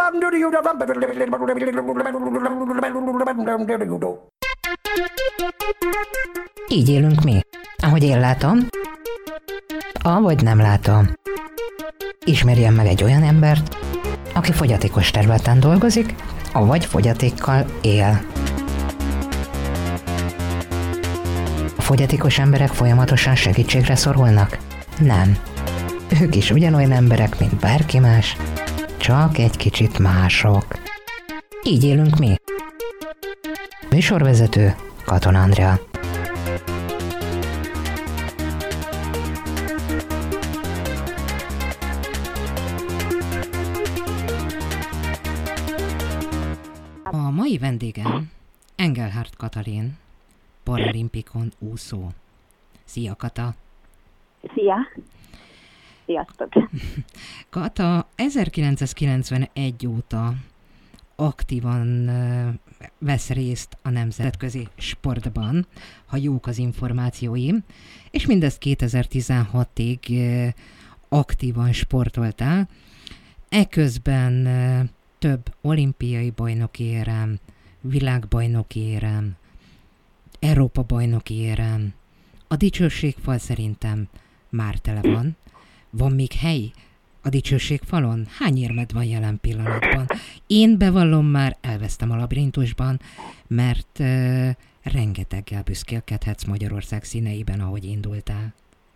Így élünk mi. Ahogy én látom, avagy nem látom. Ismerjen meg egy olyan embert, aki fogyatékos területen dolgozik, avagy fogyatékkal él. A fogyatékos emberek folyamatosan segítségre szorulnak? Nem. Ők is ugyanolyan emberek, mint bárki más, csak egy kicsit mások. Így élünk mi. Műsorvezető Katona Andrea. A mai vendégem Engelhardt Katalin, paralimpikon úszó. Szia, Kata! Szia! Sziasztok! Kata 1991 óta aktívan vesz részt a nemzetközi sportban, ha jók az információim, és mindezt 2016-ig aktívan sportoltál. Eközben több olimpiai bajnoki érem, világbajnoki érem, Európa bajnoki érem. A dicsőségfal szerintem már tele van. Van még hely a dicsőségfalon? Hány érmed van jelen pillanatban? Én bevallom, már elvesztem a labirintusban, mert rengeteggel büszkélkedhetsz Magyarország színeiben, ahogy indultál.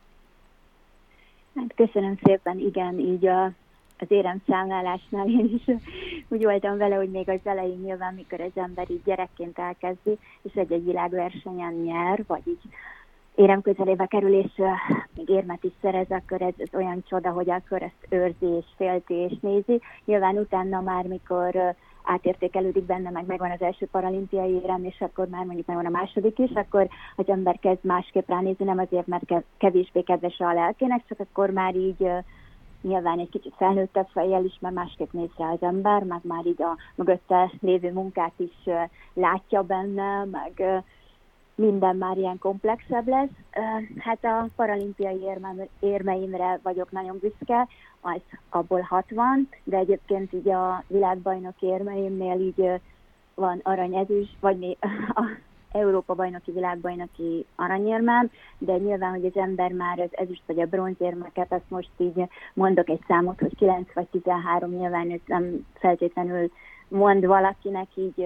Hát köszönöm szépen, igen, így az éremszámlálásnál én is úgy voltam vele, hogy még az elején nyilván, mikor az ember így gyerekként elkezdi, és egy világversenyen nyer, vagy így érem közelébe kerül, és még érmet is szerez, akkor ez olyan csoda, hogy akkor ezt őrzi, és félti, és nézi. Nyilván utána már, mikor átértékelődik benne, megvan az első paralimpiai érem, és akkor már mondjuk megvan a második is, akkor az ember kezd másképp ránézni, nem azért, mert kevésbé kedves a lelkének, csak akkor már így nyilván egy kicsit felnőttebb fejjel is, mert másképp néz rá az ember, meg már így a mögötte lévő munkát is látja benne, meg minden már ilyen komplexebb lesz. Hát a paralimpiai érmeimre vagyok nagyon büszke, az abból 60, de egyébként így a világbajnoki érmeimnél így van aranyezős, vagy a Európa bajnoki, világbajnoki aranyérmem, de nyilván, hogy az ember már az ezüst vagy a bronzérmeket, azt most így mondok egy számot, hogy 9 vagy 13, nyilván ez nem feltétlenül mond valakinek így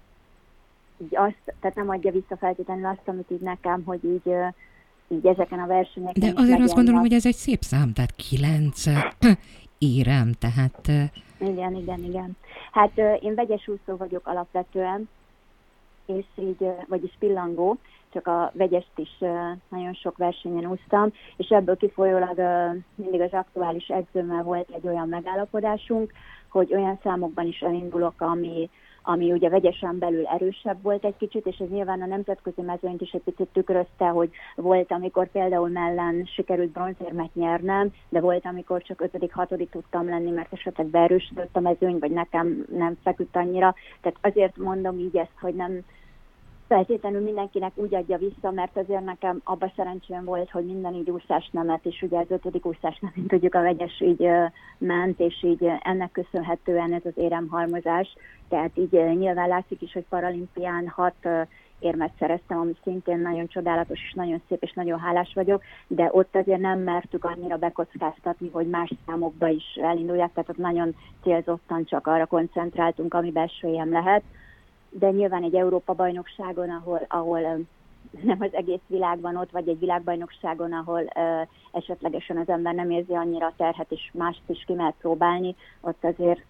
azt, tehát nem adja vissza feltétlenül azt, amit így nekem, hogy így ezeken a versenyeken. De azért azt gondolom, hogy ez egy szép szám, tehát 9 érem, tehát... Igen. Hát én vegyes úszó vagyok alapvetően, és így, vagyis pillangó, csak a vegyest is nagyon sok versenyen úsztam, és ebből kifolyólag mindig az aktuális edzőmmel volt egy olyan megállapodásunk, hogy olyan számokban is elindulok, ami ugye vegyesen belül erősebb volt egy kicsit, és ez nyilván a nemzetközi mezőnyt is egy picit tükrözte, hogy volt, amikor például Mellen sikerült bronzérmet nyernem, de volt, amikor csak 5.-6. tudtam lenni, mert esetleg beerősödött a mezőny, vagy nekem nem feküdt annyira. Tehát azért mondom így ezt, hogy nem feltétlenül mindenkinek úgy adja vissza, mert azért nekem abban szerencsém volt, hogy minden így úszás nemet, és ugye az 5. úszás nem, mint tudjuk, a vegyes így ment, és így ennek köszönhetően ez az éremhalmozás. Tehát így nyilván látszik is, hogy paralimpián 6 érmet szereztem, ami szintén nagyon csodálatos, és nagyon szép, és nagyon hálás vagyok, de ott azért nem mertük annyira bekockáztatni, hogy más számokba is elindulják, tehát ott nagyon célzottan csak arra koncentráltunk, ami belső érem lehet. De nyilván egy Európa-bajnokságon, ahol nem az egész világban ott, vagy egy világbajnokságon, ahol esetlegesen az ember nem érzi annyira a terhet, és mást is ki lehet próbálni, ott azért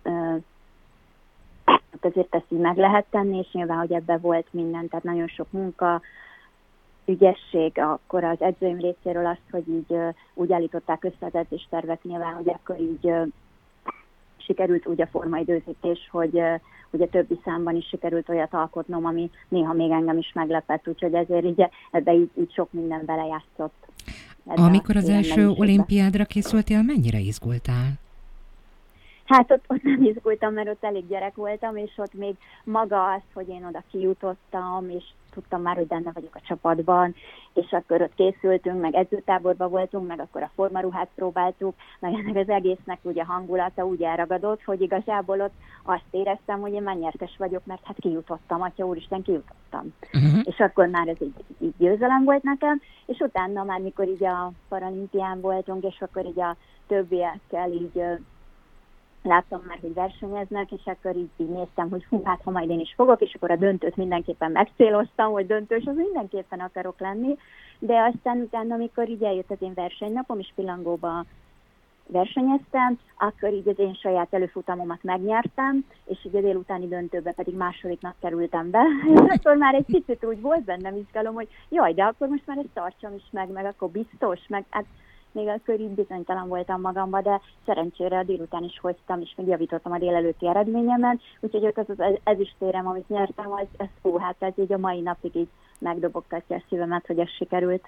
ezt így meg lehet tenni, és nyilván, hogy ebben volt minden, tehát nagyon sok munka, ügyesség, akkor az edzőim részéről azt, hogy így úgy állították össze az edzéstervet nyilván, hogy akkor így sikerült úgy a formaidőzítés, hogy ugye többi számban is sikerült olyat alkotnom, ami néha még engem is meglepett, úgyhogy ezért így, ebbe így sok minden belejátszott. Amikor az első olimpiádra készültél, mennyire izgultál? Hát ott nem izgultam, mert ott elég gyerek voltam, és ott még maga az, hogy én oda kijutottam, és tudtam már, hogy benne vagyok a csapatban, és akkor ott készültünk, meg edzőtáborban voltunk, meg akkor a formaruhát próbáltuk, meg ennek az egésznek ugye a hangulata úgy elragadott, hogy igazából ott azt éreztem, hogy én már nyertes vagyok, mert hát kijutottam, atya úristen, kijutottam. És akkor már ez így győzelem volt nekem, és utána már, mikor így a paralimpián voltunk, és akkor így a többiekkel így láttam már, hogy versenyeznek, és akkor így néztem, hogy hát ha majd én is fogok, és akkor a döntőt mindenképpen megcéloztam, hogy döntős, az mindenképpen akarok lenni, de aztán utána, amikor így eljött az én versenynapom, és Pillangóba versenyeztem, akkor így az én saját előfutamomat megnyertem, és így a délutáni döntőbe pedig másodiknak kerültem be, és akkor már egy picit úgy volt bennem izgalom, hogy jaj, de akkor most már ezt tartsam is meg akkor biztos, meg hát még akkor így bizonytalan voltam magamba, de szerencsére a délután is hoztam, és még javítottam a délelőtti eredményemen, úgyhogy ott az ezüstérem, amit nyertem, hát ez így a mai napig így megdobogtatja a szívemet, hogy ez sikerült.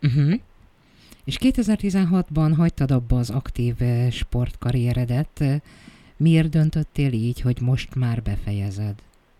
És 2016-ban hagytad abba az aktív sportkarrieredet. Miért döntöttél így, hogy most már befejezed?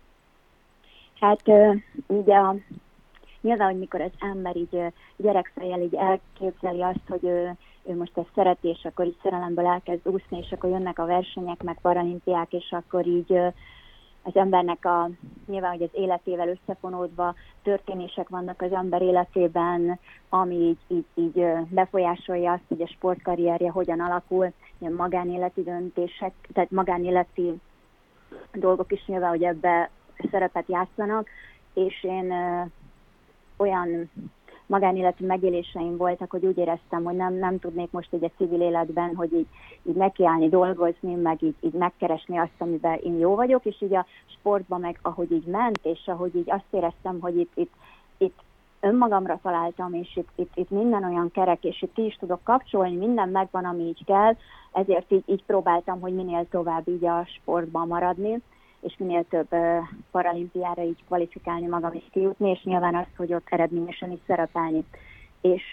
Hát ugye nyilván, hogy mikor az ember így gyerekfejjel így elképzeli azt, hogy ő most ezt szereti, és akkor így szerelemből elkezd úszni, és akkor jönnek a versenyek, meg paralimpiák, és akkor így az embernek nyilván, hogy az életével összefonódva történések vannak az ember életében, ami így befolyásolja azt, hogy a sportkarrierje hogyan alakul, ilyen magánéleti döntések, tehát magánéleti dolgok is nyilván, hogy ebbe szerepet játszanak, és én olyan magánéleti megéléseim voltak, hogy úgy éreztem, hogy nem tudnék most így a civil életben, hogy így nekiállni, dolgozni, meg így megkeresni azt, amiben én jó vagyok, és így a sportban meg ahogy így ment, és ahogy így azt éreztem, hogy itt önmagamra találtam, és itt minden olyan kerek, és itt is tudok kapcsolni, minden megvan, ami így kell, ezért így próbáltam, hogy minél tovább így a sportban maradni, és minél több paralimpiára így kvalifikálni magam is kijutni, és nyilván az, hogy ott eredményesen is szerepelni. És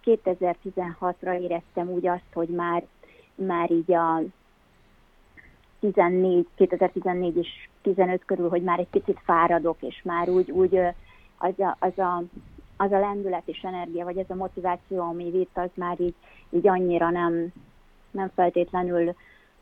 2016-ra éreztem úgy azt, hogy már így a 2014 és 15 körül, hogy már egy picit fáradok, és már úgy az a lendület és energia, vagy ez a motiváció, ami vitt, az már így annyira nem feltétlenül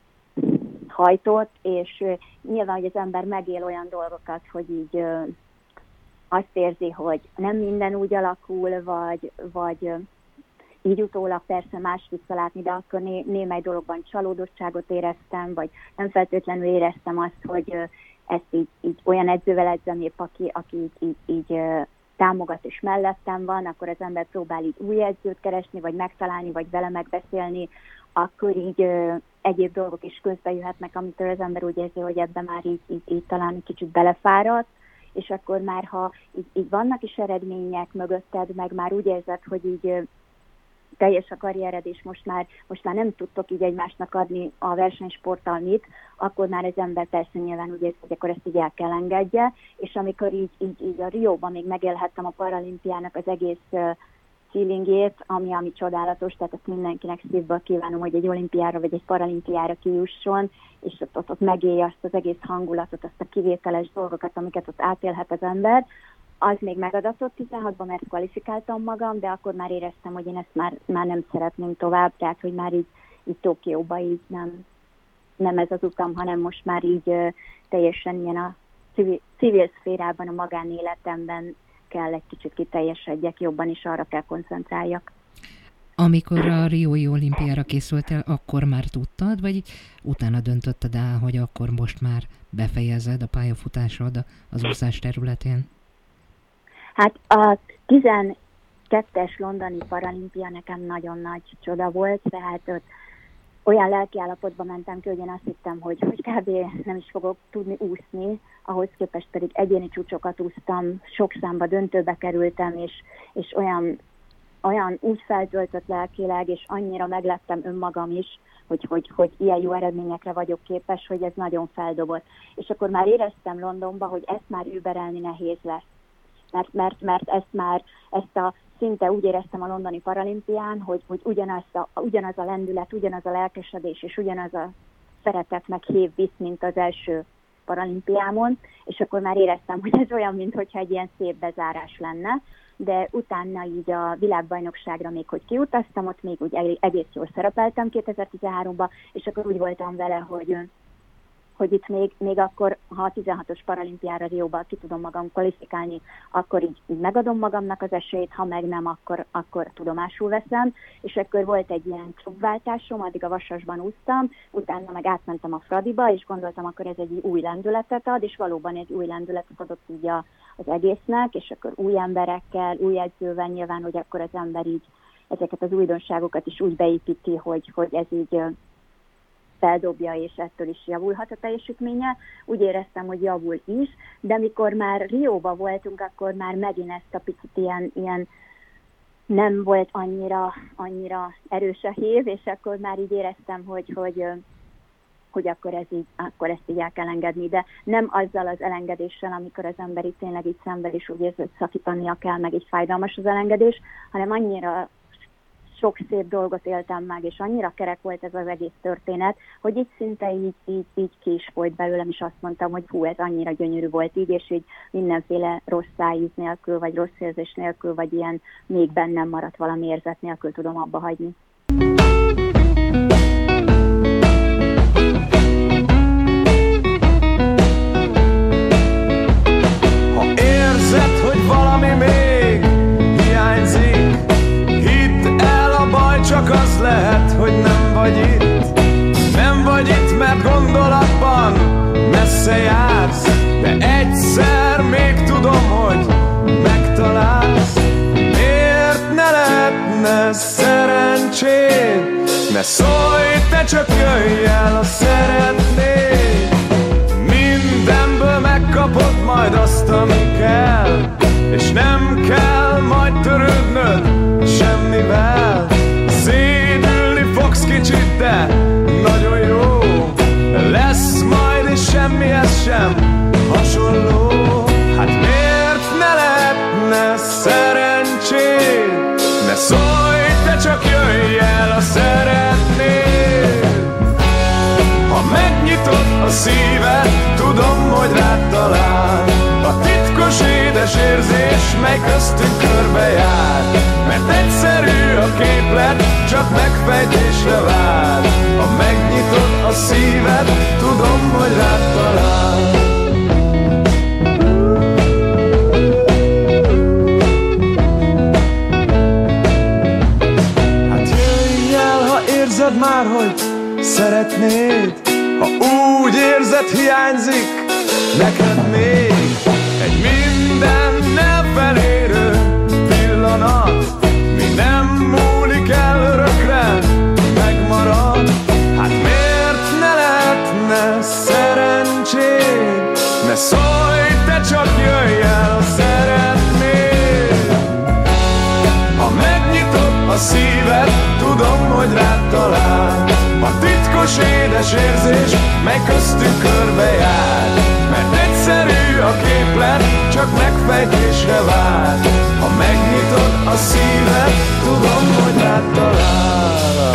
hajtott, és nyilván, hogy az ember megél olyan dolgokat, hogy így azt érzi, hogy nem minden úgy alakul, vagy így utólag persze más visszalátni, de akkor némely dologban csalódottságot éreztem, vagy nem feltétlenül éreztem azt, hogy ezt így olyan edzővel edzem épp, aki így támogat és mellettem van, akkor az ember próbál így új edzőt keresni, vagy megtalálni, vagy vele megbeszélni, akkor így egyéb dolgok is közbe jöhetnek, amitől az ember úgy érzi, hogy ebben már így talán egy kicsit belefáradt, és akkor már, ha így vannak is eredmények mögötted, meg már úgy érzed, hogy így teljes a karriered, és most már nem tudtok így egymásnak adni a versenysporttal mit, akkor már az ember persze nyilván úgy érzi, hogy akkor ezt így el kell engedje, és amikor így a Rióban még megélhettem a paralimpiának az egész feelingjét, ami csodálatos, tehát ezt mindenkinek szívből kívánom, hogy egy olimpiára vagy egy paralimpiára kijusson, és ott megélje azt az egész hangulatot, azt a kivételes dolgokat, amiket ott átélhet az ember. Az még megadatott 16-ban, mert kvalifikáltam magam, de akkor már éreztem, hogy én ezt már nem szeretném tovább, tehát hogy már így Tokióba így nem ez az utam, hanem most már így teljesen ilyen a civil szférában, a magánéletemben kell egy kicsit kiteljesedjek jobban, és arra kell koncentráljak. Amikor a Riói olimpiára készültél, akkor már tudtad, vagy utána döntötted el, hogy akkor most már befejezed a pályafutásod az úszás területén? Hát a 12-es londoni paralimpia nekem nagyon nagy csoda volt, tehát ott olyan lelkiállapotban mentem ki, hogy én azt hittem, hogy kb. Nem is fogok tudni úszni, ahhoz képest pedig egyéni csúcsokat úsztam, sok számba döntőbe kerültem, és olyan úgy feltöltött lelkileg, és annyira meglettem önmagam is, hogy ilyen jó eredményekre vagyok képes, hogy ez nagyon feldobott. És akkor már éreztem Londonban, hogy ezt már überelni nehéz lesz. Mert ezt a szinte úgy éreztem a londoni paralimpián, hogy ugyanaz a lendület, ugyanaz a lelkesedés, és ugyanaz a szeretet meg hév visz, mint az első paralimpiámon, és akkor már éreztem, hogy ez olyan, mintha egy ilyen szép bezárás lenne, de utána így a világbajnokságra még, hogy kiutaztam, ott még úgy egész jól szerepeltem 2013-ban, és akkor úgy voltam vele, hogy itt még akkor, ha a 16-os paralimpiára Rióban ki tudom magam kvalifikálni, akkor így megadom magamnak az esélyt, ha meg nem, akkor tudomásul veszem, és akkor volt egy ilyen klubváltásom, addig a Vasasban úsztam, utána meg átmentem a Fradiba, és gondoltam, akkor ez egy új lendületet ad, és valóban egy új lendületet adott így az egésznek, és akkor új emberekkel, új edzővel nyilván, hogy akkor az ember így ezeket az újdonságokat is úgy beépíti, hogy ez így feldobja, és ettől is javulhat a teljesítménye. Úgy éreztem, hogy javul is, de mikor már Rióba voltunk, akkor már megint ezt a picit ilyen nem volt annyira erős a hív, és akkor már így éreztem, hogy akkor ezt így el kell engedni, de nem azzal az elengedéssel, amikor az ember itt tényleg így szenved, és úgy érzi, hogy szakítania kell, meg így fájdalmas az elengedés, hanem annyira sok szép dolgot éltem meg, és annyira kerek volt ez az egész történet, hogy így szinte így ki is folyt belőlem, és azt mondtam, hogy hú, ez annyira gyönyörű volt így, és így mindenféle rossz szájíz nélkül, vagy rossz érzés nélkül, vagy ilyen még bennem maradt valami érzet nélkül tudom abba hagyni. Ha érzed, hogy valami még hiányzik, hidd el, a baj csak az lehet, hogy nem vagy itt. Nem vagy itt, mert gondolatban messze jársz, de egyszer még tudom, hogy megtalálsz. Miért ne lehetne szerencséd? Ne szólj, te csak jöjj el, ha szeretnéd. Mindenből megkapod majd azt, ami kell, és nem kell majd törődnöd semmivel. Szédülni fogsz kicsit, de nagyon jó lesz majd, és semmihez sem hasonló. Hát miért ne lehetne szerencséd? Ne szólj, te csak jöjj el, ha szeretnéd. Ha megnyitod a szíved, tudom, hogy rád talál a titkos édes érzés, mely köztünk körbejár. Mert egyszerű a képlet, csak megfejtésre vár. Ha megnyitod a szíved, tudom, hogy rád talál. Hát jöjj el, ha érzed már, hogy szeretnéd. Ha úgy érzed, hiányzik neked még egy mindennel felérő pillanat, mi nem múlik el örökre, megmarad. Hát miért ne lehetne szerencséd? Ne szólj, te csak jöjj el, ha szeretnéd. Ha megnyitod a szíved, tudom, hogy rád talál a titkos édes érzés, mely köztünk körbejár. Mert egyszerű a képlet, csak megfejtésre vár. Ha megnyitod a szíved, tudom, hogy rád talál.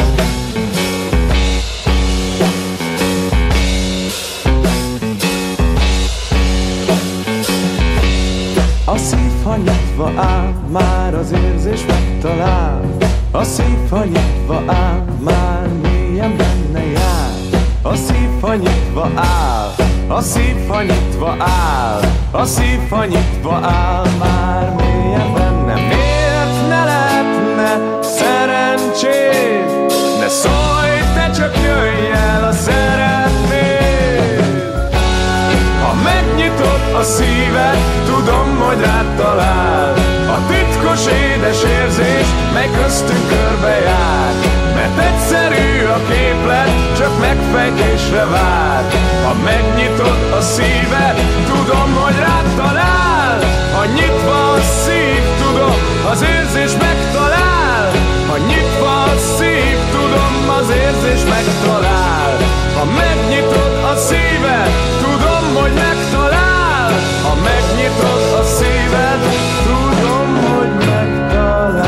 A szív, ha nyitva áll, már az érzés megtalál. A szív, ha nyitva áll, már mélyen benne jár. A szív, ha nyitva áll, a szív, ha nyitva áll, a szív, ha nyitva áll, már mélyen benne. Miért ne lehetne szerencséd? Ne szólj, te csak jöjj el, ha szeretnéd. Ha megnyitod a szíved, tudom, hogy rád talál a titkos édes érzés, mely köztünk körbejár. Mert egyszerű a képlet, csak megfejtésre vár. Ha megnyitod a szíved, tudom, hogy rád talál. Ha nyitva a szív, tudom, az érzés megtalál. Ha nyitva a szív, tudom, az érzés megtalál. Ha megnyitod a szíved, tudom, hogy megtalál. Ha megnyitod a szíved, tudom, hogy megtalál.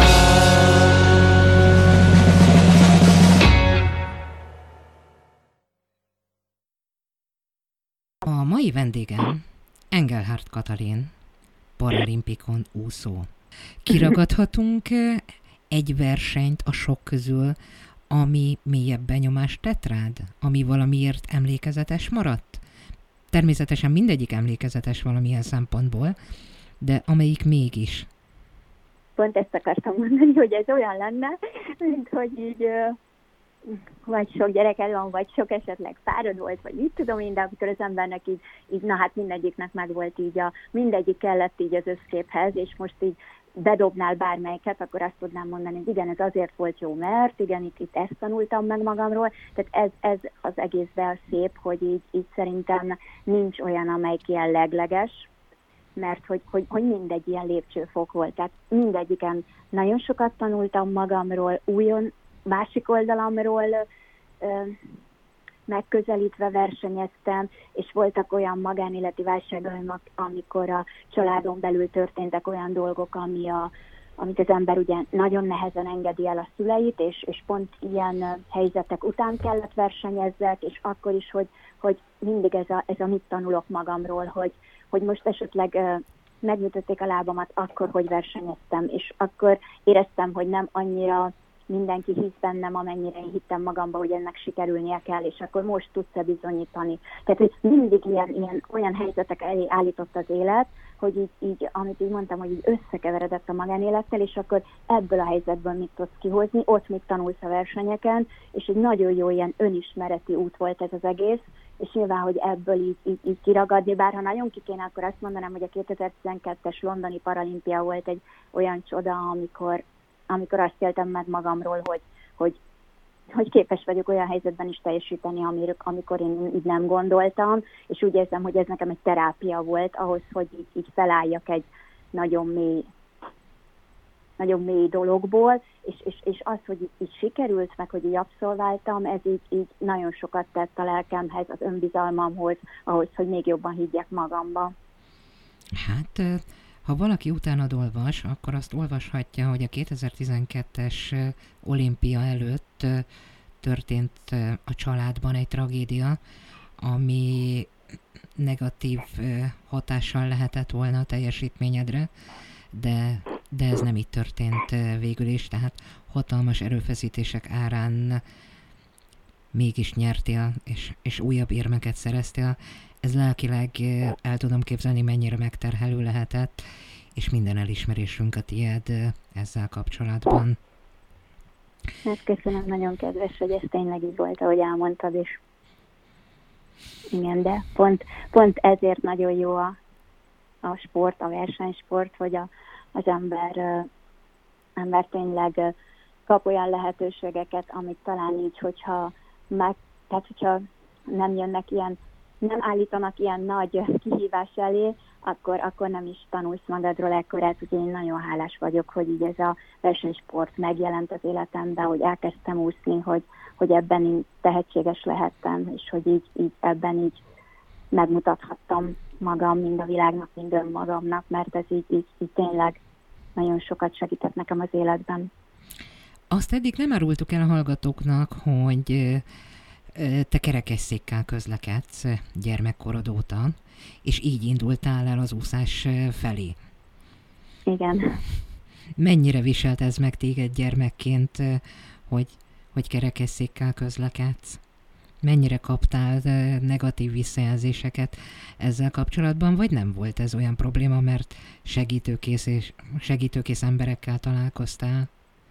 A mai vendégem Engelhardt Katalin, paralimpikon úszó. Kiragadhatunk egy versenyt a sok közül, ami mélyebb benyomást tett rád? Ami valamiért emlékezetes maradt? Természetesen mindegyik emlékezetes valamilyen szempontból, de amelyik mégis. Pont ezt akartam mondani, hogy ez olyan lenne, mint hogy így vagy sok gyereke van, vagy sok esetleg párod volt, vagy így tudom én, de amikor az embernek így na hát mindegyiknek meg volt így mindegyik kellett így az összképhez, és most így bedobnál bármelyiket, akkor azt tudnám mondani, hogy igen, ez azért volt jó, mert igen, itt ezt tanultam meg magamról, tehát ez az egészben szép, hogy így szerintem nincs olyan, amelyik ilyen legleges, mert hogy mindegy ilyen lépcsőfok volt, tehát mindegyiken nagyon sokat tanultam magamról, újon, másik oldalamról megközelítve versenyeztem, és voltak olyan magánéleti válságaim, amikor a családon belül történtek olyan dolgok, amit az ember ugye nagyon nehezen engedi el a szüleit, és pont ilyen helyzetek után kellett versenyezzek, és akkor is, hogy mindig ez a mit tanulok magamról, hogy most esetleg megütötték a lábamat akkor, hogy versenyeztem, és akkor éreztem, hogy nem annyira mindenki hisz bennem, amennyire én hittem magamba, hogy ennek sikerülnie kell, és akkor most tudsz-e bizonyítani. Tehát, hogy mindig olyan helyzetek elé állított az élet, hogy így, amit így mondtam, hogy így összekeveredett a magánélettel, és akkor ebből a helyzetből mit tudsz kihozni, ott mit tanulsz a versenyeken, és egy nagyon jó ilyen önismereti út volt ez az egész, és nyilván, hogy ebből így kiragadni, bár ha nagyon ki kéne, akkor azt mondanám, hogy a 2012-es londoni paralimpia volt egy olyan csoda, amikor azt éltem meg magamról, hogy képes vagyok olyan helyzetben is teljesíteni, amikor én így nem gondoltam, és úgy érzem, hogy ez nekem egy terápia volt ahhoz, hogy így felálljak egy nagyon mély dologból, és az, hogy így sikerült, meg hogy így abszolváltam, ez így nagyon sokat tett a lelkemhez, az önbizalmamhoz, ahhoz, hogy még jobban higgyek magamba. Hát, ha valaki utánad olvas, akkor azt olvashatja, hogy a 2012-es olimpia előtt történt a családban egy tragédia, ami negatív hatással lehetett volna a teljesítményedre, de ez nem így történt végül is, tehát hatalmas erőfeszítések árán mégis nyertél, és újabb érmeket szereztél. Ez lelkileg el tudom képzelni, mennyire megterhelő lehetett, és minden elismerésünk a tiéd ezzel kapcsolatban. Hát köszönöm, nagyon kedves, hogy ez tényleg így volt, ahogy elmondtad, és igen, de pont ezért nagyon jó a sport, a versenysport, hogy az ember tényleg kap olyan lehetőségeket, amit talán így, hogyha nem jönnek ilyen, nem állítanak ilyen nagy kihívás elé, akkor nem is tanulsz magadról ekkorát, úgyhogy én nagyon hálás vagyok, hogy így ez a versenysport megjelent az életemben, hogy elkezdtem úszni, hogy ebben én tehetséges lehettem, és hogy így ebben így megmutathattam magam, mind a világnak, mind önmagamnak, mert ez így tényleg nagyon sokat segített nekem az életben. Azt eddig nem árultuk el a hallgatóknak, hogy te kerekesszékkel közlekedsz gyermekkorod óta, és így indultál el az úszás felé. Igen. Mennyire viselt ez meg téged gyermekként, hogy kerekesszékkel közlekedsz? Mennyire kaptál negatív visszajelzéseket ezzel kapcsolatban, vagy nem volt ez olyan probléma, mert segítőkész emberekkel találkoztál?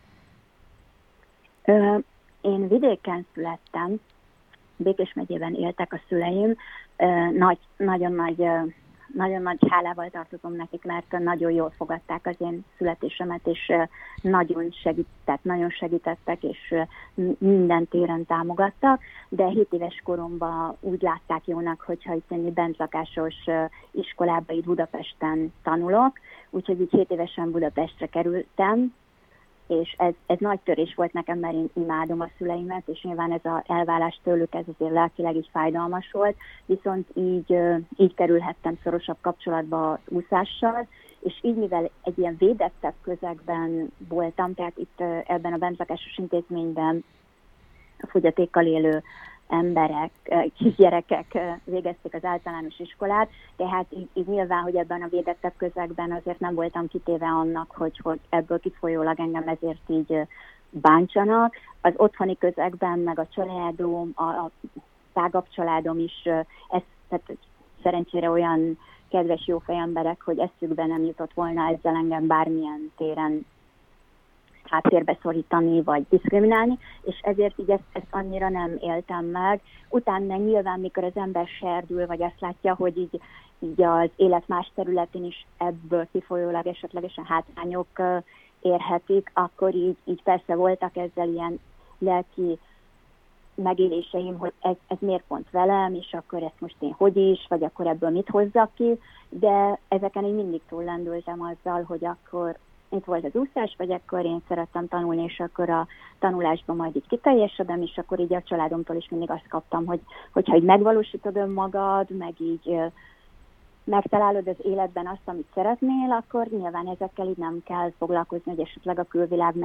Én vidéken születtem, Békés megyében éltek a szüleim, nagyon nagy hálával tartozom nekik, mert nagyon jól fogadták az én születésemet, és nagyon segítettek, és minden téren támogattak, de 7 éves koromban úgy látták jónak, hogyha itt egy bentlakásos iskolába itt Budapesten tanulok, úgyhogy így 7 évesen Budapestre kerültem, és ez nagy törés volt nekem, mert én imádom a szüleimet, és nyilván ez az elválás tőlük, ez azért lelkileg így fájdalmas volt, viszont így kerülhettem szorosabb kapcsolatba az úszással, és így mivel egy ilyen védettebb közegben voltam, tehát itt ebben a bentlakásos intézményben a fogyatékkal élő emberek, kisgyerekek végezték az általános iskolát, tehát így nyilván, hogy ebben a védettebb közegben azért nem voltam kitéve annak, hogy ebből kifolyólag engem ezért így bántsanak. Az otthoni közegben, meg a családom, a tágabb családom is, tehát szerencsére olyan kedves, jófej emberek, hogy eszükbe nem jutott volna ezzel engem bármilyen téren háttérbe szorítani, vagy diszkriminálni, és ezért így ezt annyira nem éltem meg. Utána nyilván, mikor az ember serdül, vagy azt látja, hogy így az élet más területén is ebből kifolyólag esetlegesen hátrányok érhetik, akkor így persze voltak ezzel ilyen lelki megéléseim, hogy ez miért pont velem, és akkor ezt most én hogy is, vagy akkor ebből mit hozzak ki, de ezeken én mindig túllendültem azzal, hogy akkor itt volt az úszás, vagy akkor én szerettem tanulni, és akkor a tanulásban majd így kiteljesedem, és akkor így a családomtól is mindig azt kaptam, hogy hogyha így megvalósítod önmagad, meg így megtalálod az életben azt, amit szeretnél, akkor nyilván ezekkel így nem kell foglalkozni, hogy esetleg a külvilág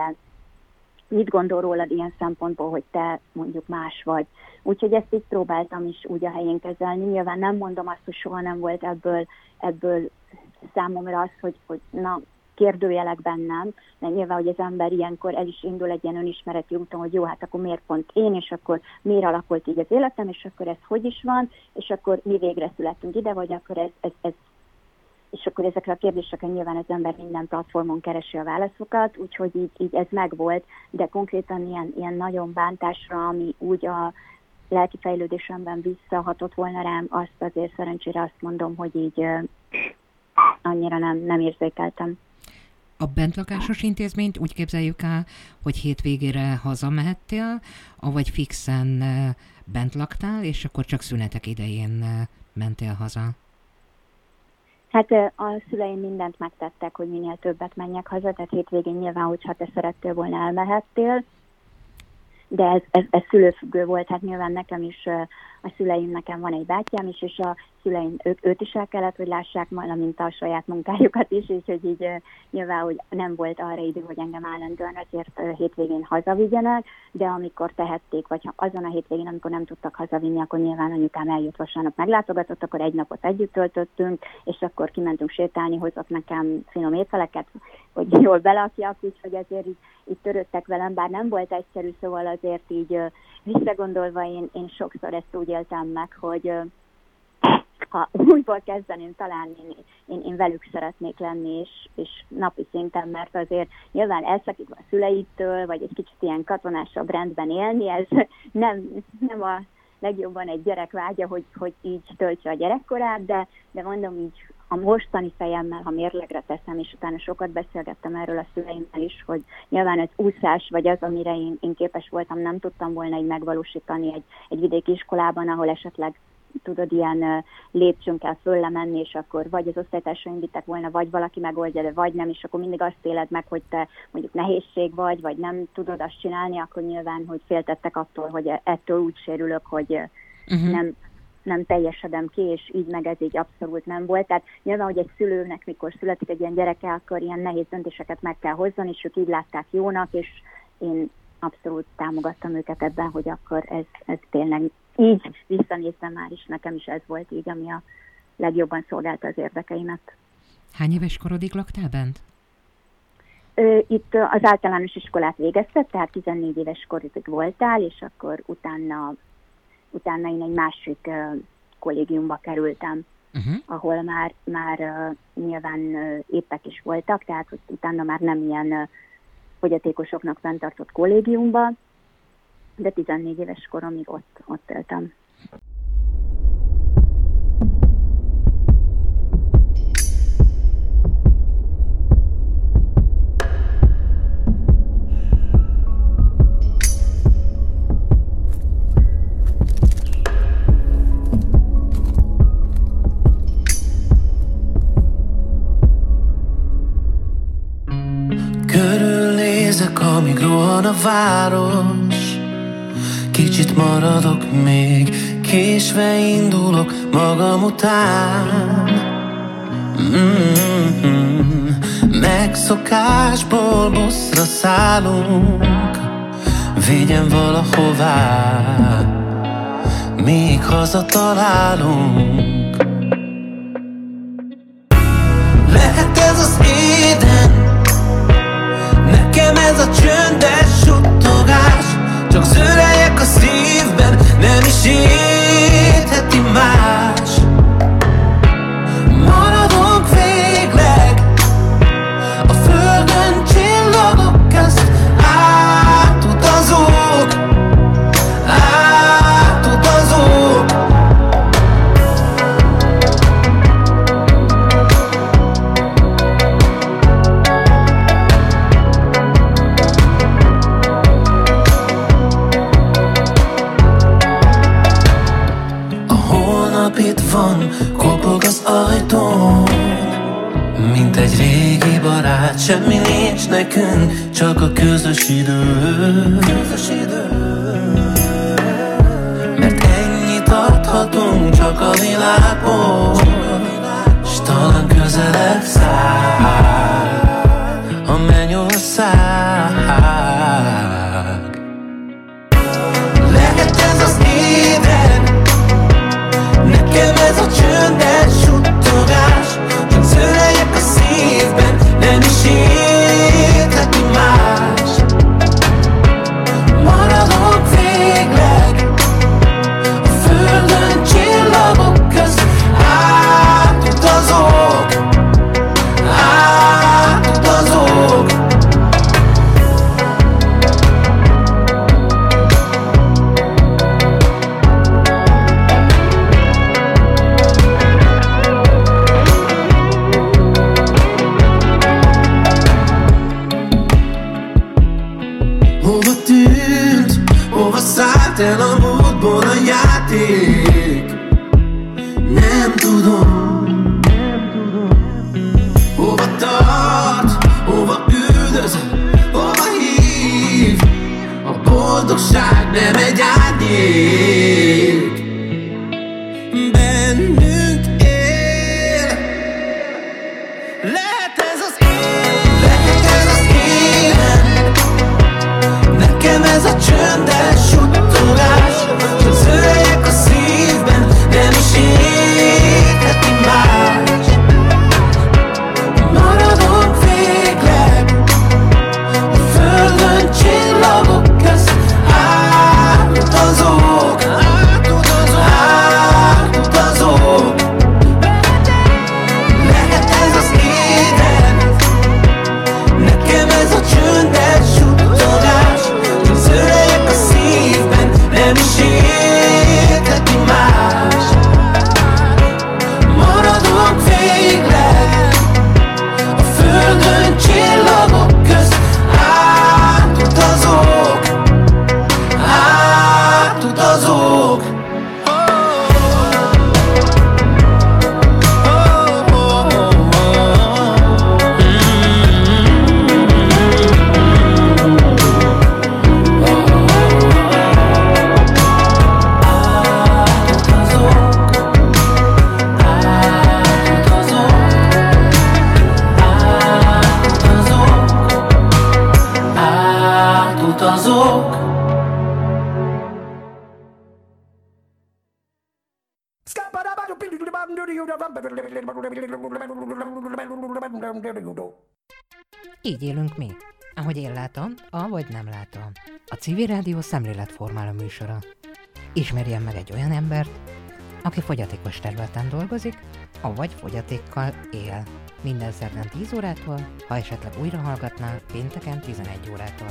mit gondol rólad ilyen szempontból, hogy te mondjuk más vagy. Úgyhogy ezt így próbáltam is úgy a helyén kezelni. Nyilván nem mondom azt, hogy soha nem volt ebből számomra az, hogy na, kérdőjelek bennem, mert nyilván, hogy az ember ilyenkor el is indul egy ilyen önismereti úton, hogy jó, hát akkor miért pont én, és akkor miért alakult így az életem, és akkor ez hogy is van, és akkor mi végre születünk ide, vagy akkor ez és akkor ezekre a kérdésekre nyilván az ember minden platformon keresi a válaszokat, úgyhogy így ez megvolt, de konkrétan ilyen nagyon bántásra, ami úgy a lelki fejlődésemben visszahatott volna rám, azt azért szerencsére azt mondom, hogy így annyira nem érzékeltem. A bentlakásos intézményt úgy képzeljük el, hogy hétvégére hazamehettél, avagy fixen bent laktál, és akkor csak szünetek idején mentél haza? Hát a szüleim mindent megtettek, hogy minél többet menjek haza, tehát hétvégén nyilván, hogyha te szerettél volna, elmehettél, de ez szülőfüggő volt, hát nyilván nekem is, a szüleim, nekem van egy bátyám is, és a szüleim őt is el kellett, hogy lássák, valamint a saját munkájukat is, és hogy így nyilván, hogy nem volt arra idő, hogy engem állandóan azért hétvégén hazavigyenek, de amikor tehették, vagy ha azon a hétvégén, amikor nem tudtak hazavinni, akkor nyilván anyukám eljött vasárnap meglátogatott, akkor egy napot együtt töltöttünk, és akkor kimentünk sétálni, hozott nekem finom ételeket, hogy jól belakjak, úgyhogy azért így törődtek velem, bár nem volt egyszerű, szóval azért így visszagondolva én sokszor ezt úgy éltem meg, hogy ha újból kezdeném, talán én velük szeretnék lenni, és napi szinten, mert azért nyilván elszakítva a szüleitől, vagy egy kicsit ilyen katonásabb rendben élni, ez nem a legjobban egy gyerek vágya, hogy így töltse a gyerekkorát, de mondom így, a mostani fejemmel, ha mérlegre teszem, és utána sokat beszélgettem erről a szüleimmel is, hogy nyilván az úszás, vagy az, amire én képes voltam, nem tudtam volna így megvalósítani egy vidéki iskolában, ahol esetleg tudod, ilyen lépcsőn kell fölle menni, és akkor vagy az osztálytársaim vittek volna, vagy valaki megoldja, de vagy nem, és akkor mindig azt éled meg, hogy te mondjuk nehézség vagy nem tudod azt csinálni, akkor nyilván, hogy féltettek attól, hogy ettől úgy sérülök, hogy nem teljesedem ki, és így meg ez így abszolút nem volt. Tehát nyilván, hogy egy szülőnek, mikor születik egy ilyen gyereke, akkor ilyen nehéz döntéseket meg kell hozzon, és ők így látták jónak, és én abszolút támogattam őket ebben, hogy akkor ez tényleg így visszanézve már is, nekem is ez volt így, ami a legjobban szolgálta az érdekeimet. Hány éves korodig laktál bent? Itt az általános iskolát végezted, tehát 14 éves korig voltál, és akkor utána én egy másik kollégiumba kerültem, ahol már nyilván épek is voltak, tehát hogy utána már nem ilyen fogyatékosoknak fenntartott kollégiumba, de 14 éves koromig ott éltem. Körülnézek, amíg rohan a város, kicsit maradok még, késve indulok magam után. Megszokásból bosszra szállunk, vigyen valahová. míg hazatalálunk. Lehet ez az éden, nekem ez a csöndes suttogás, csak zörejek a szívben, nem is értheti más. Maradunk végleg a földön, csillagok közt, átutazók, átutazók. A holnap itt van, kopog az ajtón, mint egy régi barát, semmi nincs nekünk, csak a közös idő. Mert ennyit adhatunk csak a világból, s talán közelebb száll a mennyország. Lehet ez az éven, nekem ez a csöndes suttogás, csak zörejek a szívben, nem is értheti más. Maradok végleg a földön, csillagok közt, átutazók, átutazók. Hova tűnt, hova szállt el a múltból a játék? Nem tudom. Hova tart, hova üldöz, hova hív? A boldogság nem egy árnyék, bennünk él. Lehet ez az élet, lehet ez az élet, nekem ez a csöndes suttogás, csak zörejek a szívben, nem is értheti más. Maradok végleg a földön, csillagok közt, átutazók, átutazók. Lehet ez az élet, nekem ez a csöndes suttogás, csak zörejek a szívben, nem is értheti más. Maradok végleg a földön, csillagok közt, átutazók, átutazók. Átutazók. Így élünk mi. Ahogy én látom, avagy nem látom. A Civil Rádió szemléletformáló műsora. Ismerjen meg egy olyan embert, aki fogyatékos területen dolgozik, avagy fogyatékkal él. Minden szerdán 10 órától, ha esetleg újra hallgatná, pénteken 11 órától.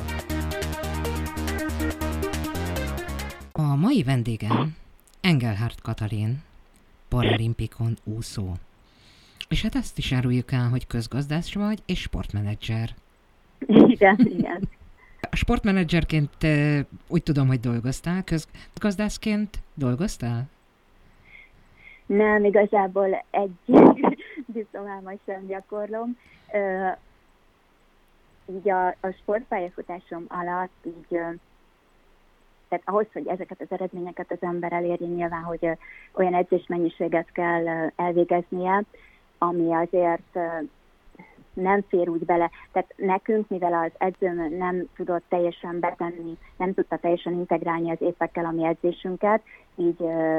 A mai vendégem Engelhardt Katalin, paralimpikon úszó. És hát ezt is áruljuk el, hogy közgazdász vagy és sportmenedzser. Igen, igen. A sportmenedzserként úgy tudom, hogy dolgoztál, közgazdászként dolgoztál? Nem, igazából egy diplomámat sem gyakorlom. Így a sportpályafutásom alatt így, tehát ahhoz, hogy ezeket az eredményeket az ember elérje, nyilván, hogy olyan edzésmennyiséget kell elvégeznie, ami azért nem fér úgy bele. Tehát nekünk, mivel az edzőm nem tudott teljesen betenni, nem tudta teljesen integrálni az évekkel a mi edzésünket, így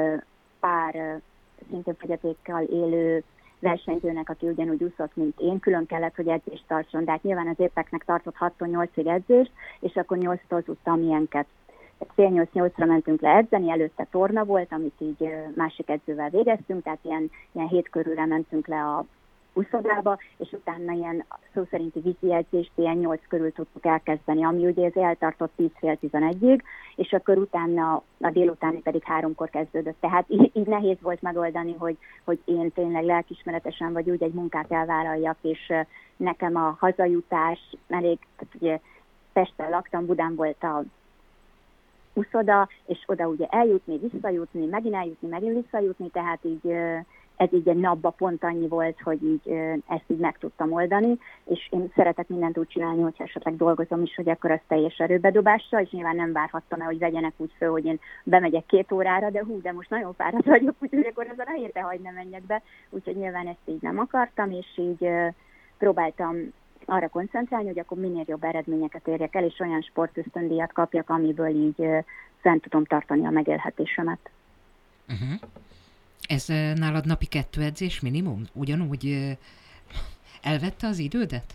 pár szintén fogyatékkal élő versenyzőnek, aki ugyanúgy úszott, mint én, külön kellett, hogy edzést tartson. De hát nyilván az éveknek tartott 6-8-ig edzést, és akkor 8-tól tudtam ilyenket. Fél 8-8-ra mentünk le edzeni, előtte torna volt, amit így másik edzővel végeztünk, tehát ilyen 7 körülre mentünk le a úszodába, és utána ilyen szó szerinti vízi edzést ilyen 8 körül tudtuk elkezdeni, ami ugye ez eltartott 10-11-ig, és akkor utána a délutáni pedig 3-kor kezdődött. Tehát így nehéz volt megoldani, hogy én tényleg lelkiismeretesen vagy úgy egy munkát elvállaljak, és nekem a hazajutás elég, tehát ugye Pesten laktam, Budán volt a úszoda, és oda ugye eljutni, visszajutni, megint eljutni, megint visszajutni, tehát így ez így egy napba pont annyi volt, hogy így ezt így meg tudtam oldani, és én szeretek mindent úgy csinálni, hogyha esetleg dolgozom is, hogy akkor az teljes erőbedobással, és nyilván nem várhattam el, hogy vegyenek úgy föl, hogy én bemegyek 2 órára, de most nagyon fáradt vagyok, úgyhogy akkor ezen a héten hagy ne menjek be, úgyhogy nyilván ezt így nem akartam, és így próbáltam arra koncentrálni, hogy akkor minél jobb eredményeket érjek el, és olyan sportösztöndíjat kapjak, amiből így fent tudom tartani a megélhetésemet. Uh-huh. Ez nálad napi 2 edzés minimum? Ugyanúgy elvette az idődet?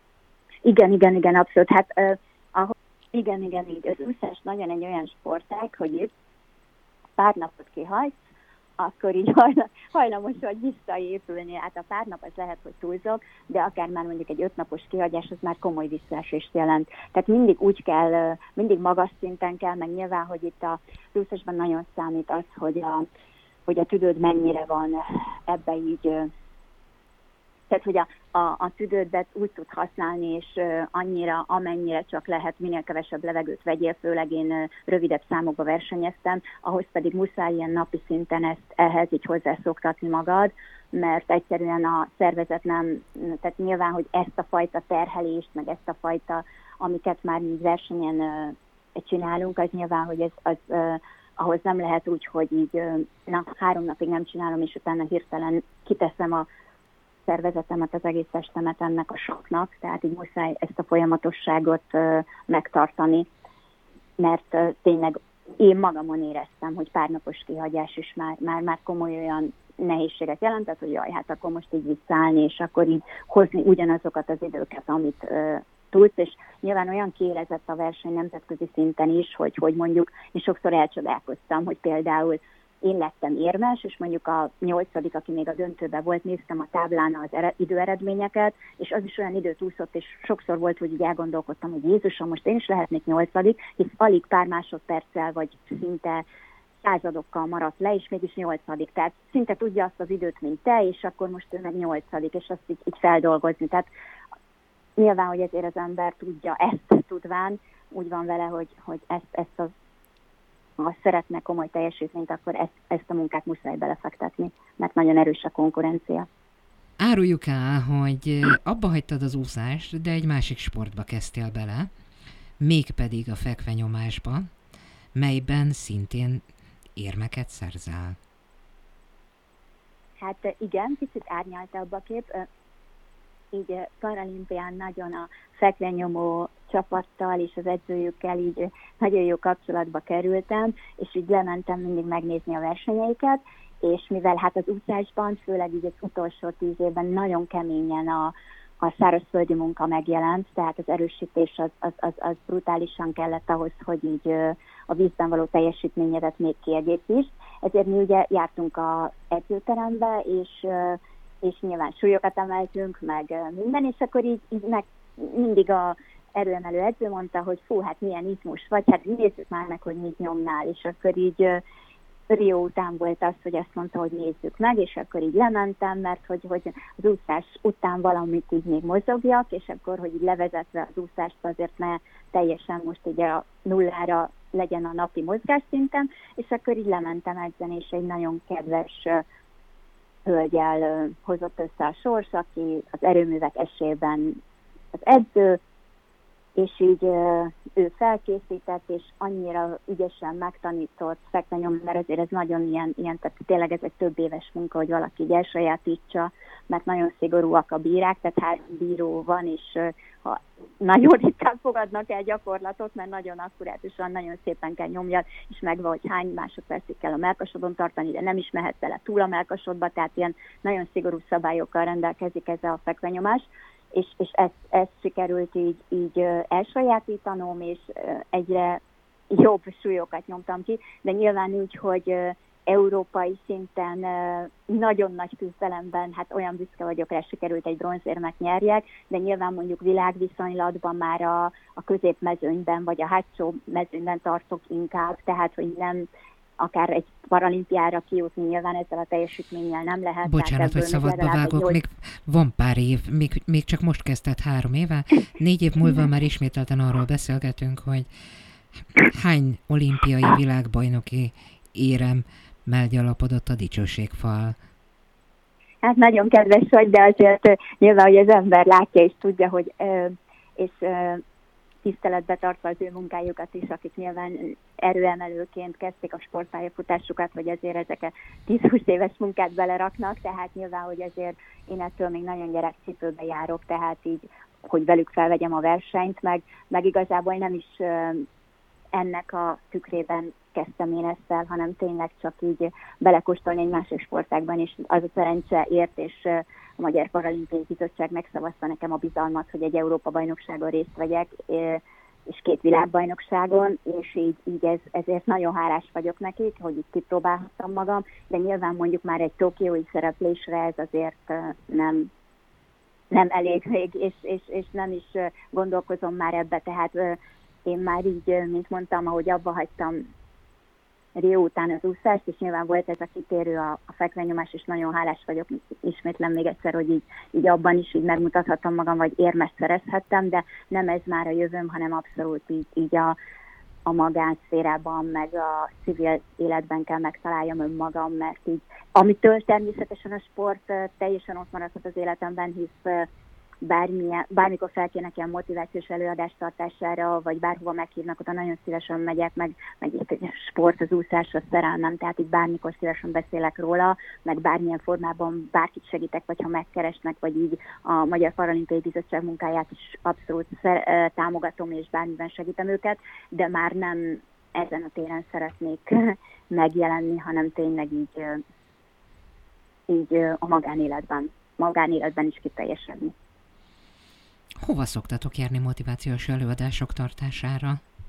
Igen, abszolút. Hát igen, így. Az úszás nagyon egy olyan sportág, hogy itt pár napot kihagysz, akkor így hajlamos vagy visszaépülni. Hát a pár nap az lehet, hogy túlzok, de akár már mondjuk egy 5 napos kihagyás, az már komoly visszaesést jelent. Tehát mindig úgy kell, mindig magas szinten kell, meg nyilván, hogy itt a úszásban nagyon számít az, hogy a tüdőd mennyire van ebbe így, tehát hogy a tüdődet úgy tud használni, és annyira, amennyire csak lehet, minél kevesebb levegőt vegyél, főleg én rövidebb számokba versenyeztem, ahhoz pedig muszáj ilyen napi szinten ehhez így hozzászoktatni magad, mert egyszerűen a szervezet nem, tehát nyilván, hogy ezt a fajta terhelést, meg ezt a fajta, amiket már így versenyen csinálunk, az nyilván, hogy az ahhoz nem lehet úgy, hogy így 3 napig nem csinálom, és utána hirtelen kiteszem a szervezetemet, az egész testemet ennek a soknak, tehát így muszáj ezt a folyamatosságot megtartani, mert tényleg én magamon éreztem, hogy pár napos kihagyás is már komoly olyan nehézséget jelentett, hogy jaj, hát akkor most így visszaállni, és akkor így hozni ugyanazokat az időket, amit tudsz, és nyilván olyan kiélezett a verseny nemzetközi szinten is, hogy mondjuk én sokszor elcsodálkoztam, hogy például én lettem érmes, és mondjuk a 8., aki még a döntőben volt, néztem a táblán az időeredményeket, és az is olyan időt úszott, és sokszor volt, hogy így elgondolkodtam, hogy Jézusom, most én is lehetnék 8., hisz alig pár másodperccel, vagy szinte századokkal maradt le, és mégis 8. Tehát szinte tudja azt az időt, mint te, és akkor most ő meg 8., és azt így feldolgozni. Tehát nyilván, hogy ezért az ember tudja ezt tudván, úgy van vele, hogy ezt ha szeretne komoly teljesítményt, akkor ezt a munkát muszáj belefektetni, mert nagyon erős a konkurencia. Áruljuk el, hogy abba hagytad az úszást, de egy másik sportba kezdtél bele, mégpedig a fekvenyomásba, melyben szintén érmeket szerzel. Hát igen, picit árnyaltabb a kép. Így paralimpián nagyon a fekvenyomó csapattal és az edzőjükkel így nagyon jó kapcsolatba kerültem, és így lementem mindig megnézni a versenyeiket, és mivel hát az úszásban, főleg így az utolsó 10 évben nagyon keményen a szárazföldi munka megjelent, tehát az erősítés az brutálisan kellett ahhoz, hogy így a vízben való teljesítményedet még kiegészítsd. Ezért mi ugye jártunk az edzőterembe, és nyilván súlyokat emeltünk, meg minden, és akkor így meg mindig a erőemelő edző mondta, hogy fú, hát milyen izmos vagy, hát nézzük már meg, hogy mit nyomnál, és akkor így Rio után volt az, hogy azt mondta, hogy nézzük meg, és akkor így lementem, mert hogy az úszás után valamit így még mozogjak, és akkor, hogy így levezetve az úszást azért ne teljesen most így a nullára legyen a napi mozgásszintem, és akkor így lementem edzeni, és egy nagyon kedves hölgyel hozott össze a sors, aki az erőművek esélyben az edző, és így ő felkészített, és annyira ügyesen megtanított fekvenyom, mert azért ez nagyon ilyen, tehát tényleg ez egy több éves munka, hogy valaki így elsajátítsa, mert nagyon szigorúak a bírák, tehát 3 bíró van, és ha nagyon ritkán fogadnak el gyakorlatot, mert nagyon akkurátusan, nagyon szépen kell nyomjad, és megvan, hogy hány másodpercig kell a mellkasodon tartani, de nem is mehet bele túl a mellkasodba, tehát ilyen nagyon szigorú szabályokkal rendelkezik ez a fekvenyomás. És ezt sikerült így elsajátítanom, és egyre jobb súlyokat nyomtam ki, de nyilván úgy, hogy európai szinten nagyon nagy küzdelemben, hát olyan büszke vagyok rá, sikerült egy bronzérmet nyerjek, de nyilván mondjuk világviszonylatban már a középmezőnyben, vagy a hátsó mezőnyben tartok inkább, tehát hogy nem akár egy paralimpiára kijutni, nyilván ezzel a teljesítménnyel nem lehet. Bocsánat, hogy szabadba vágok, még van pár év, még csak most kezdett 3 éve, 4 év múlva már ismételten arról beszélgetünk, hogy hány olimpiai világbajnoki éremmel gyalapodott a dicsőségfal. Hát nagyon kedves vagy, de azért nyilván, hogy az ember látja és tudja, hogy tiszteletbe tartva az ő munkájukat is, akik nyilván erőemelőként kezdték a sportpályafutásukat, vagy azért ezeket 10-20 éves munkát beleraknak, tehát nyilván, hogy azért én ettől még nagyon gyerekcipőbe járok, tehát így, hogy velük felvegyem a versenyt, meg igazából nem is ennek a tükrében kezdtem én ezt el, hanem tényleg csak így belekóstolni egy másik sportágban, és az a szerencse ért, és a Magyar Paralimpiai Bizottság megszavazta nekem a bizalmat, hogy egy Európa-bajnokságon részt vegyek, és 2 világbajnokságon, és így ezért nagyon hálás vagyok nekik, hogy itt kipróbálhattam magam, de nyilván mondjuk már egy tokiói szereplésre ez azért nem elég még, és nem is gondolkozom már ebbe, tehát én már így, mint mondtam, ahogy abba hagytam Rio után az úszást, és nyilván volt ez a kitérő a fekvenyomás, és nagyon hálás vagyok, ismétlem még egyszer, hogy így abban is így megmutathattam magam, vagy érmet szerezhettem, de nem ez már a jövőm, hanem abszolút így a magánszférában, meg a civil életben kell megtaláljam önmagam, mert így, amitől természetesen a sport teljesen ott maradhat az életemben, hisz bármikor felkérnek ilyen motivációs előadást tartására, vagy bárhova meghívnak, oda nagyon szívesen megyek, meg itt egy sport, az úszás, a szerelmem, tehát itt bármikor szívesen beszélek róla, meg bármilyen formában bárkit segítek, vagy ha megkeresnek, vagy így a Magyar Paralimpiai Bizottság munkáját is abszolút támogatom, és bármiben segítem őket, de már nem ezen a téren szeretnék megjelenni, hanem tényleg így a magánéletben is kiteljesedni. Hova szoktatok járni motivációs előadások tartására?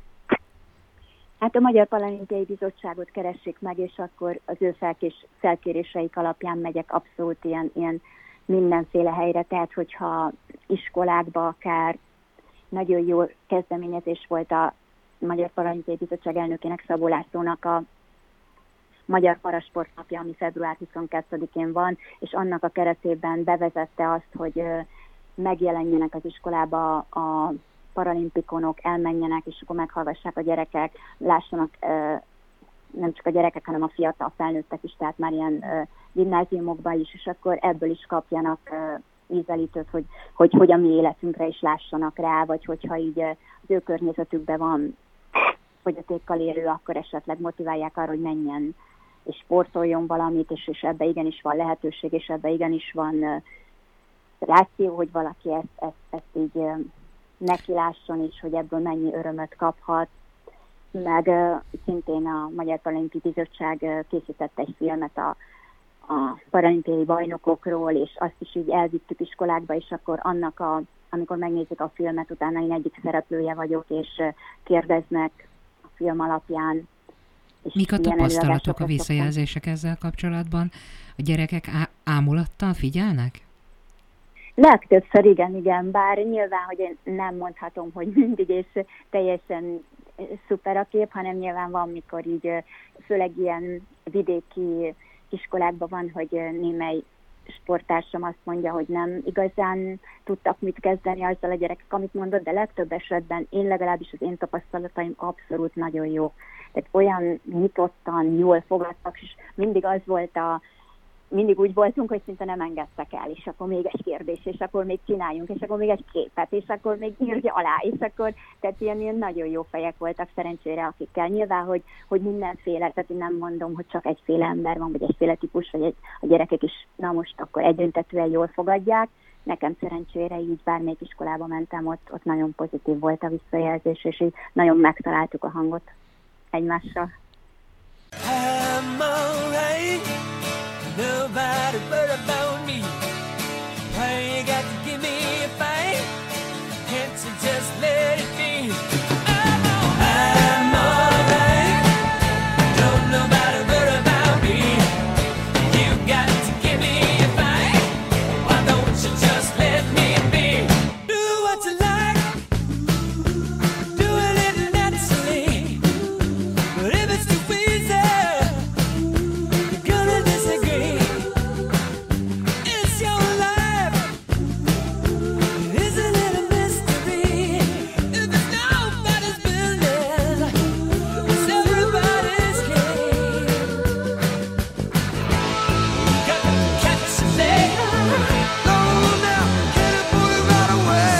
Hát a Magyar Paralimpiai Bizottságot keressék meg, és akkor az ő felkéréseik alapján megyek abszolút ilyen mindenféle helyre. Tehát, hogyha iskolákba akár nagyon jó kezdeményezés volt a Magyar Paralimpiai Bizottság elnökének, Szabó Lászlónak a Magyar Parasport napja, ami február 22-én van, és annak a keretében bevezette azt, hogy megjelenjenek az iskolába a paralimpikonok, elmenjenek, és akkor meghallgassák a gyerekek, lássanak nem csak a gyerekek, hanem a fiatal felnőttek is, tehát már ilyen gimnáziumokban is, és akkor ebből is kapjanak ízelítőt, hogy a mi életünkre is lássanak rá, vagy hogyha így az ő környezetükben van fogyatékkal élő, akkor esetleg motiválják arra, hogy menjen és sportoljon valamit, és ebbe igenis van lehetőség, és ebbe igenis van ráció, hogy valaki ezt így nekilásson is, hogy ebből mennyi örömöt kaphat. Meg szintén a Magyar Paralimpiai Bizottság készített egy filmet a paralimpiai bajnokokról, és azt is így elvittük iskolákba, és akkor amikor megnézik a filmet, utána én egyik szereplője vagyok, és kérdeznek a film alapján. Mik a tapasztalatok, a visszajelzések ezzel kapcsolatban? A gyerekek ámulattal figyelnek? Legtöbbször igen, bár nyilván, hogy én nem mondhatom, hogy mindig és teljesen szuper a kép, hanem nyilván van, mikor így főleg ilyen vidéki iskolákban van, hogy némely sporttársam azt mondja, hogy nem igazán tudtak mit kezdeni azzal a gyerekek, amit mondott, de legtöbb esetben én legalábbis az én tapasztalataim abszolút nagyon jó. Tehát olyan nyitottan, jól fogadtak, és mindig az volt mindig úgy voltunk, hogy szinte nem engedtek el, és akkor még egy kérdés, és akkor még csináljunk, és akkor még egy képet, és akkor még írja alá, és akkor, tehát ilyen nagyon jó fejek voltak szerencsére, akikkel nyilván, hogy mindenféle, tehát én nem mondom, hogy csak egyféle ember van, vagy egyféle típus, vagy a gyerekek is, na most akkor egyöntetően jól fogadják. Nekem szerencsére így bármelyik iskolába mentem, ott nagyon pozitív volt a visszajelzés, és így nagyon megtaláltuk a hangot egymással. I'm alright, nobody but about me. Why you got to give me a fight? Can't you just let it be? I'm alright, don't nobody but about me. You got to give me a fight. Why don't you just let me be? Do what you like, do it naturally. But if it's too easy, you're gonna disagree. It's your life, isn't it a mystery? If it's nobody's business, it's everybody's game. Got to catch a leg. Go now, get it, put it right away.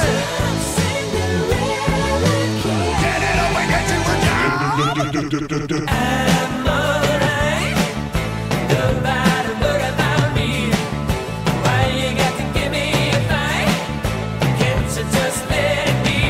Get it away, get you a job. I'm alright, nobody but about me. Why you got to give me a fight? Can't you just let it be?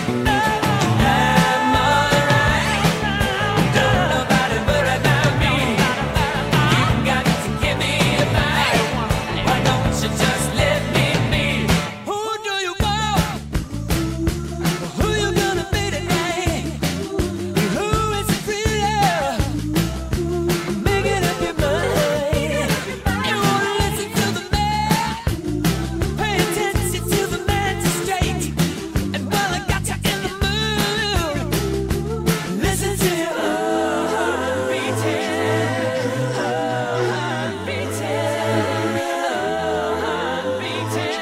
I'm alright, don't nobody but about me. You got to give me a fight. Why don't you just let me be? Who do you want? Who you gonna be tonight? Who is it really? Make it up your mind. You wanna listen to the man? Pay attention to the magistrate. And while I got you in the mood, listen to your heart beating, heart beating, heart beating.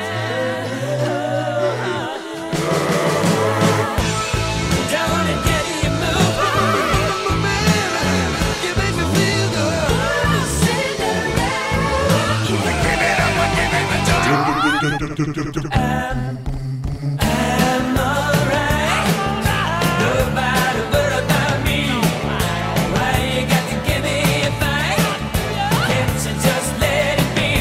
Down and get you moving. You make me feel good. Cinderella. Give it up and give it a try. I'm alright. Nobody but about me. Why you got to give me a fight? Can't you just let it be?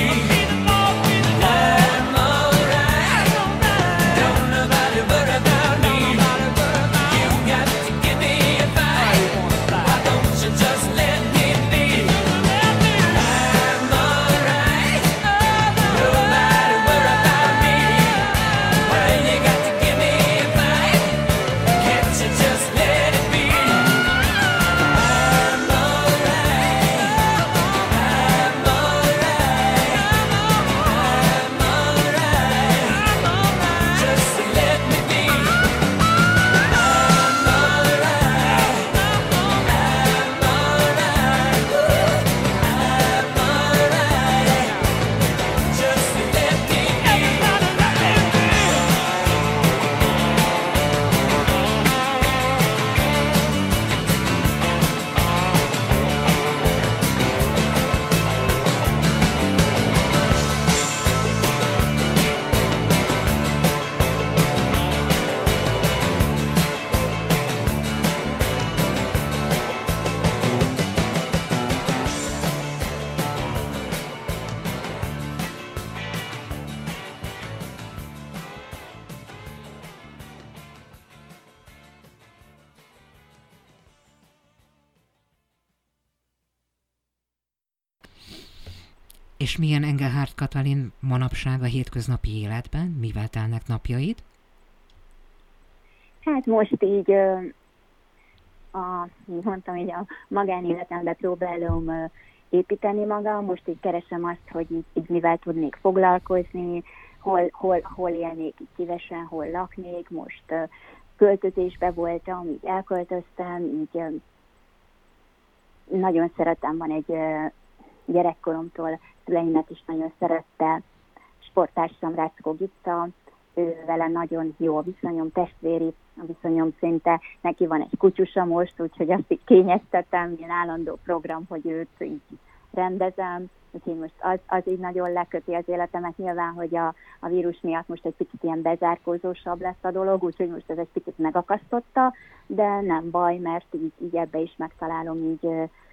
I'm alright. Don't nobody but about me. You got to give me a fight. Why don't you just let me be? I'm alright. Nobody but about me. Why you got to give me a fight? Can't you just let it be? I'm alright. I'm alright. Just let me be. I'm alright. I'm alright. Just let me be. És milyen Engelhardt Katalin manapság a hétköznapi életben? Mivel telnek napjaid? Hát most így, mondtam, így a magánéletembe próbálom építeni magam, most így keresem azt, hogy így mivel tudnék foglalkozni, hol élnék így szívesen, hol laknék, most költözésbe voltam, így elköltöztem, így nagyon szeretem, van egy gyerekkoromtól szüleimet is nagyon szerette sporttársam Ráckó Gitta, ő vele nagyon jó a viszonyom, testvéri a viszonyom szinte, neki van egy kutyusa most, úgyhogy azt így kényeztetem, ilyen állandó program, hogy őt így rendezem, úgyhogy most az így nagyon leköti az életemet. Nyilván, hogy a vírus miatt most egy picit ilyen bezárkózósabb lett a dolog, úgyhogy most ez egy picit megakasztotta, de nem baj, mert így ebbe is megtalálom, így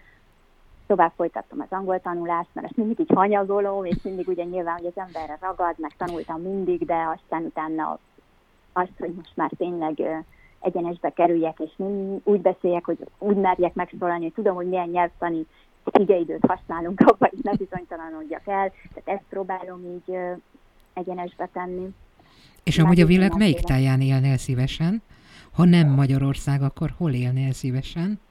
tovább folytattam az angol tanulást, mert ezt mindig így hanyagolom, és mindig ugye nyilván, hogy az emberre ragad, meg tanultam mindig, de aztán utána azt, hogy most már tényleg egyenesbe kerüljek, és úgy beszéljek, hogy úgy merjek megszólalni, hogy tudom, hogy milyen nyelvtani igeidőt használunk, abban is ne bizonytalanodjak el, tehát ezt próbálom így egyenesbe tenni. És amúgy a világ melyik táján élnél szívesen? Ha nem Magyarország, akkor hol élnél szívesen?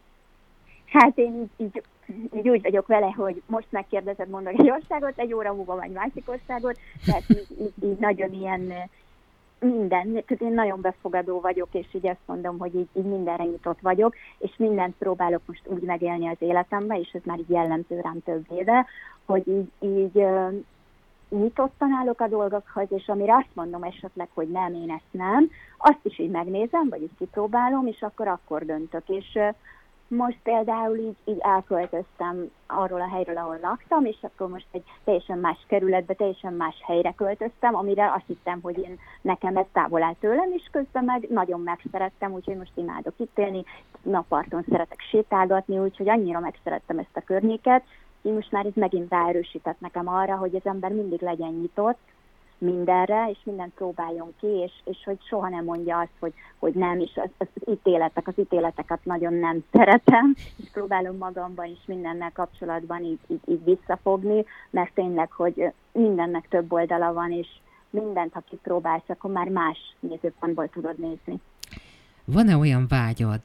Hát én így úgy vagyok vele, hogy most megkérdezed, mondok egy országot, egy óra múlva vagy másik országot, tehát így nagyon ilyen minden, tehát én nagyon befogadó vagyok, és így azt mondom, hogy így mindenre nyitott vagyok, és mindent próbálok most úgy megélni az életemben, és ez már így jellemző rám több éve, hogy így nyitottan állok a dolgokhoz, és amire azt mondom esetleg, hogy nem, én ezt nem, azt is így megnézem, vagy így kipróbálom, és akkor döntök, és most például így elköltöztem arról a helyről, ahol laktam, és akkor most egy teljesen más kerületbe, teljesen más helyre költöztem, amire azt hittem, hogy nekem ez távol áll tőlem, és közben meg nagyon megszerettem, úgyhogy most imádok itt élni, napparton szeretek sétálgatni, úgyhogy annyira megszerettem ezt a környéket, így most már ez megint ráerősített nekem arra, hogy az ember mindig legyen nyitott mindenre, és mindent próbáljon ki, és hogy soha nem mondja azt, hogy nem, és az ítéleteket nagyon nem szeretem, és próbálom magamban is mindennel kapcsolatban így visszafogni, mert tényleg, hogy mindennek több oldala van, és mindent, ha kipróbálsz, akkor már más nézőpontból tudod nézni. Van-e olyan vágyad,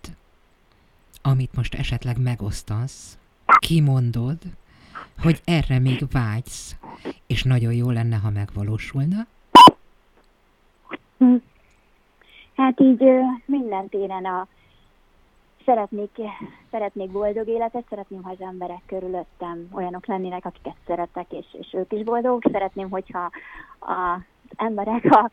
amit most esetleg megosztasz, kimondod, hogy erre még vágysz, és nagyon jó lenne, ha megvalósulna? Hát így minden téren szeretnék boldog életet, szeretném, ha az emberek körülöttem olyanok lennének, akiket szeretek, és ők is boldogok. Szeretném, hogyha az emberek az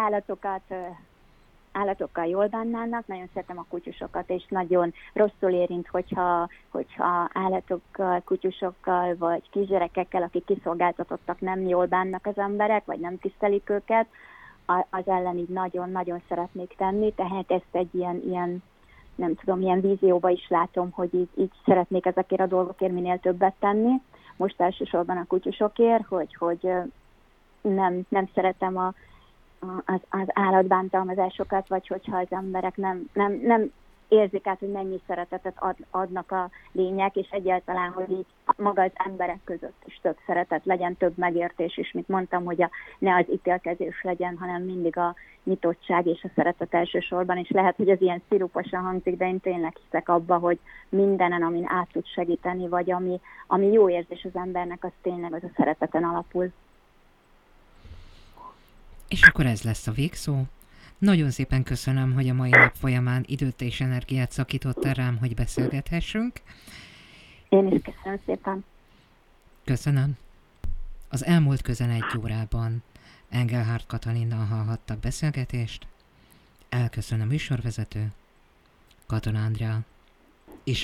állatokkal jól bánnának, nagyon szeretem a kutyusokat, és nagyon rosszul érint, hogyha állatokkal, kutyusokkal, vagy kisgyerekekkel, akik kiszolgáltatottak, nem jól bánnak az emberek, vagy nem tisztelik őket, az ellen így nagyon-nagyon szeretnék tenni, tehát ezt egy ilyen nem tudom, ilyen vízióba is látom, hogy így szeretnék ezekért a dolgokért minél többet tenni. Most elsősorban a kutyusokért, hogy nem szeretem az állatbántalmazásokat, vagy hogyha az emberek nem érzik át, hogy mennyi szeretetet adnak a lények, és egyáltalán, hogy így maga az emberek között is több szeretet legyen, több megértés is, mint mondtam, hogy ne az ítélkezés legyen, hanem mindig a nyitottság és a szeretet elsősorban, és lehet, hogy ez ilyen sziruposan hangzik, de én tényleg hiszek abba, hogy mindenen, amin át tud segíteni, vagy ami jó érzés az embernek, az tényleg az a szereteten alapul. És akkor ez lesz a végszó. Nagyon szépen köszönöm, hogy a mai nap folyamán időt és energiát szakítottál rám, hogy beszélgethessünk. Én is köszönöm szépen. Köszönöm. Az elmúlt közel 1 órában Engelhardt Katalinnal hallhattak beszélgetést. Elköszön a műsorvezető, Katona Andrea.